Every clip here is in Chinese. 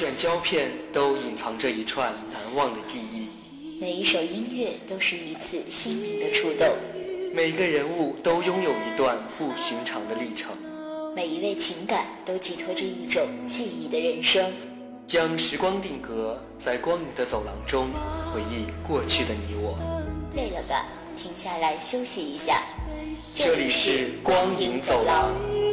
卷胶片都隐藏着一串难忘的记忆， 每一首音乐都是一次心灵的触动， 每个人物都拥有一段不寻常的历程， 每一位情感都寄托着一种记忆的人生。 将时光定格在光影的走廊中，回忆过去的你我。 累了吧，停下来休息一下。 这里是光影走廊。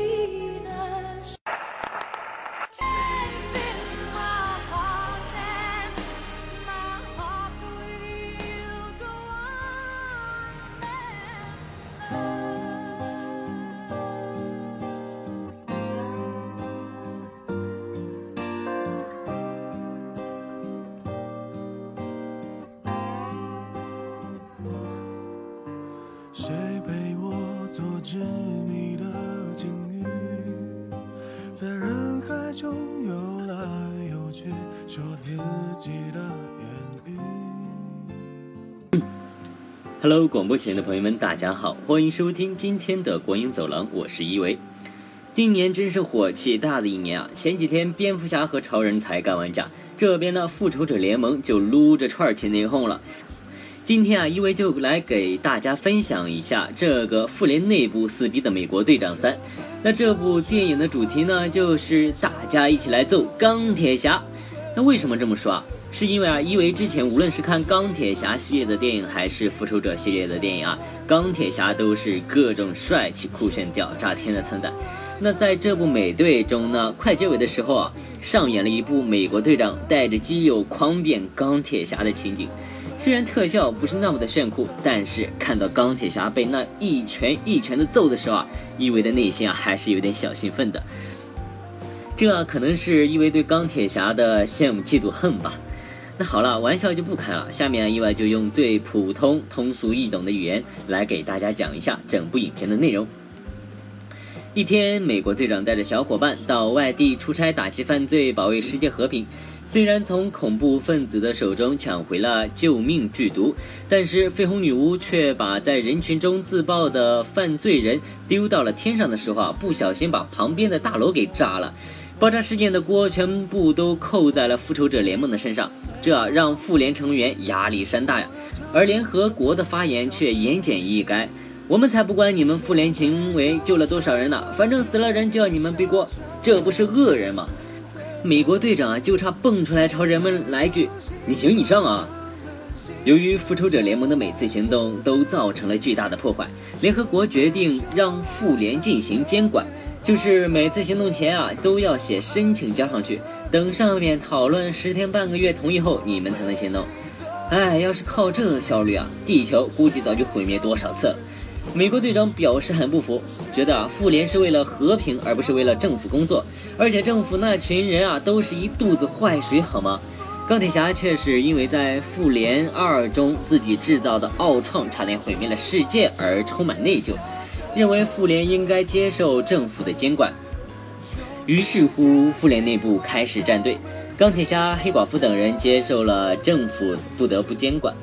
谁陪我做执迷的境遇，在人海中游来游去，说自己的言语。 Hello， 广播前的朋友们，大家好，欢迎收听今天的光影走廊，我是一维。今年真是火气大的一年啊！前几天蝙蝠侠和超人才干完架，这边呢复仇者联盟就撸着串起内讧了。今天啊，一维就来给大家分享一下这个复联内部撕逼的美国队长3。那这部电影的主题呢，就是大家一起来揍钢铁侠。那为什么这么说啊？是因为啊，一维之前无论是看钢铁侠系列的电影，还是复仇者系列的电影啊，钢铁侠都是各种帅气酷炫屌炸天的存在。那在这部美队中呢，快结尾的时候啊，上演了一部美国队长带着基友狂扁钢铁侠的情景。虽然特效不是那么的炫酷，但是看到钢铁侠被那一拳一拳的揍的时候啊，一维的内心啊还是有点小兴奋的。这可能是一维对钢铁侠的羡慕嫉妒恨吧。那好了，玩笑就不开了，下面一维就用最普通通俗易懂的语言来给大家讲一下整部影片的内容。一天，美国队长带着小伙伴到外地出差打击犯罪，保卫世界和平。虽然从恐怖分子的手中抢回了救命剧毒，但是绯红女巫却把在人群中自爆的犯罪人丢到了天上的时候啊，不小心把旁边的大楼给炸了。爆炸事件的锅全部都扣在了复仇者联盟的身上，这让复联成员压力山大呀。而联合国的发言却言简意赅，我们才不管你们复联行为救了多少人呢，反正死了人就要你们背锅，这不是恶人吗？美国队长啊，就差蹦出来朝人们来句你行你上啊！由于复仇者联盟的每次行动都造成了巨大的破坏，联合国决定让复联进行监管，就是每次行动前啊都要写申请交上去，等上面讨论10天半个月同意后，你们才能行动。哎，要是靠这个效率啊，地球估计早就毁灭多少次了。美国队长表示很不服，觉得复联是为了和平而不是为了政府工作，而且政府那群人啊都是一肚子坏水好吗？钢铁侠却是因为在复联2中自己制造的奥创差点毁灭了世界而充满内疚，认为复联应该接受政府的监管。于是乎复联内部开始站队，钢铁侠、黑寡妇等人接受了政府不得不监管，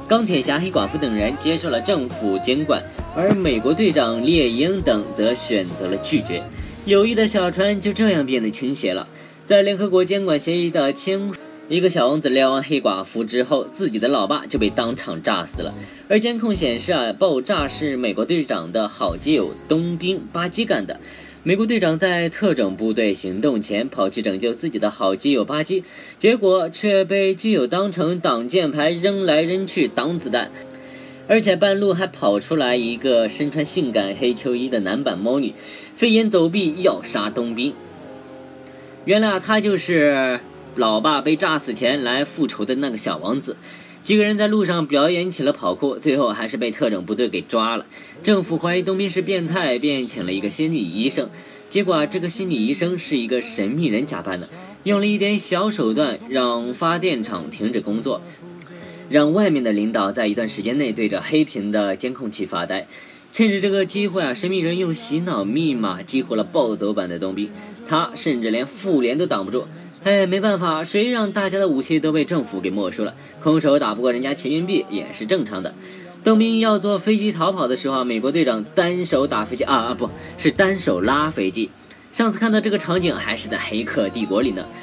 而美国队长、猎鹰等则选择了拒绝。友谊的小船就这样变得倾斜了。在联合国监管协议的一个小王子撩完黑寡妇之后，自己的老爸就被当场炸死了。而监控显示啊，爆炸是美国队长的好基友冬兵巴基干的。美国队长在特种部队行动前跑去拯救自己的好基友巴基，结果却被基友当成挡箭牌扔来扔去挡子弹。而且半路还跑出来一个身穿性感黑秋衣的男版猫女，飞檐走壁要杀冬兵。原来他就是老爸被炸死前来复仇的那个小王子。几个人在路上表演起了跑酷，最后还是被特种部队给抓了。政府怀疑冬兵是变态，便请了一个心理医生。结果这个心理医生是一个神秘人假扮的，用了一点小手段让发电厂停止工作，让外面的领导在一段时间内对着黑屏的监控器发呆。趁着这个机会啊，神秘人用洗脑密码激活了暴走版的冬兵，他甚至连复联都挡不住。哎，没办法，谁让大家的武器都被政府给没收了，空手打不过人家秦云璧也是正常的。冬兵要坐飞机逃跑的时候，美国队长单手打飞机不是单手拉飞机。上次看到这个场景还是在《黑客帝国》里呢。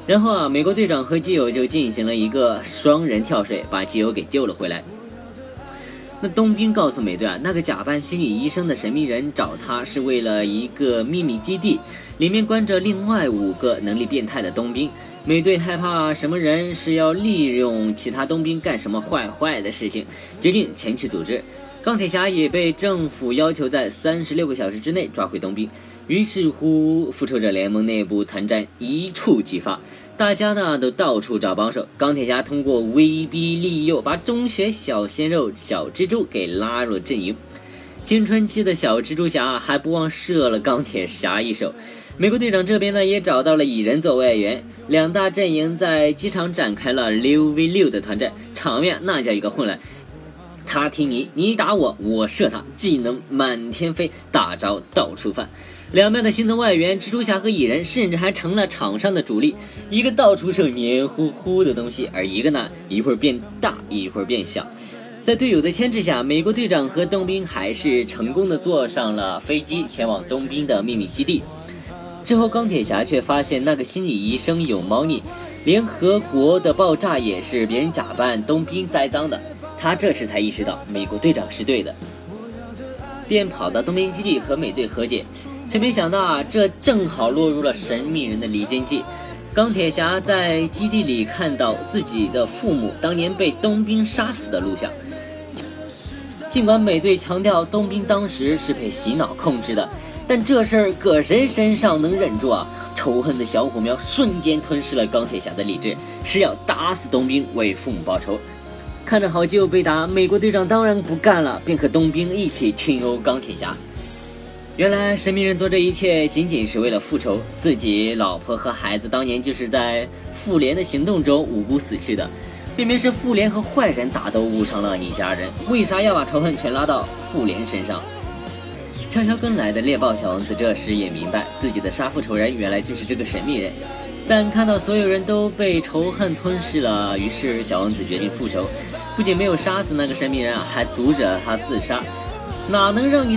然后美国队长和基友就进行了一个双人跳水，把基友给救了回来。那冬兵告诉美队那个假扮心理医生的神秘人找他是为了一个秘密基地，里面关着另外5个能力变态的冬兵。美队害怕什么人是要利用其他冬兵干什么坏的事情，决定前去组织。钢铁侠也被政府要求在36个小时之内抓回冬兵，于是乎复仇者联盟内部谈战一触即发，大家呢都到处找帮手。钢铁侠通过威逼利诱，把中学小鲜肉小蜘蛛给拉入了阵营。青春期的小蜘蛛侠还不忘射了钢铁侠一手。美国队长这边呢也找到了蚁人做外援，两大阵营在机场展开了6v6的团战，场面那叫一个混乱。他踢你，你打我，我射他，技能满天飞，大招到处翻。两边的新增外援蜘蛛侠和蚁人甚至还成了场上的主力，一个到处射黏糊糊的东西，而一个呢一会儿变大一会儿变小。在队友的牵制下，美国队长和冬兵还是成功的坐上了飞机前往冬兵的秘密基地。之后钢铁侠却发现那个心理医生有猫腻，联合国的爆炸也是别人假扮冬兵栽赃的。他这时才意识到美国队长是对的，便跑到冬兵基地和美队和解，却没想到这正好落入了神秘人的离间计。钢铁侠在基地里看到自己的父母当年被冬兵杀死的录像，尽管美队强调冬兵当时是被洗脑控制的，但这事儿搁谁身上能忍住啊？仇恨的小火苗瞬间吞噬了钢铁侠的理智，是要打死冬兵为父母报仇。看着好基友被打，美国队长当然不干了，便和冬兵一起群殴钢铁侠。原来神秘人做这一切仅仅是为了复仇，自己老婆和孩子当年就是在复联的行动中无辜死去的，偏偏是复联和坏人打斗误伤了你家人，为啥要把仇恨全拉到复联身上？悄悄跟来的猎豹小王子这时也明白自己的杀父仇人原来就是这个神秘人，但看到所有人都被仇恨吞噬了，于是小王子决定复仇，不仅没有杀死那个神秘人还阻止了他自杀。哪能让你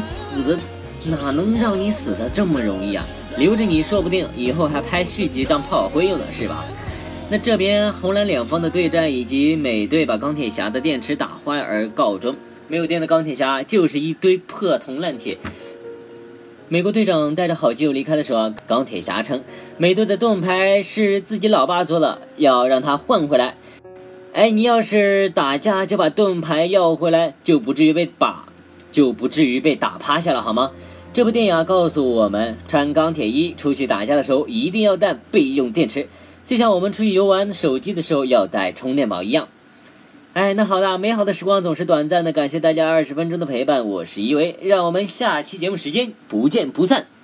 死的这么容易啊？留着你说不定以后还拍续集当炮灰用的是吧？那这边红蓝两方的对战以及美队把钢铁侠的电池打坏而告终，没有电的钢铁侠就是一堆破铜烂铁。美国队长带着好基友离开的时候钢铁侠称美队的盾牌是自己老爸做的，要让他换回来。你要是打架就把盾牌要回来，就不至于被打趴下了好吗？这部电影告诉我们，穿钢铁衣出去打架的时候一定要带备用电池，就像我们出去游玩手机的时候要带充电宝一样。那好的，美好的时光总是短暂的，感谢大家20分钟的陪伴，我是一维，让我们下期节目时间不见不散。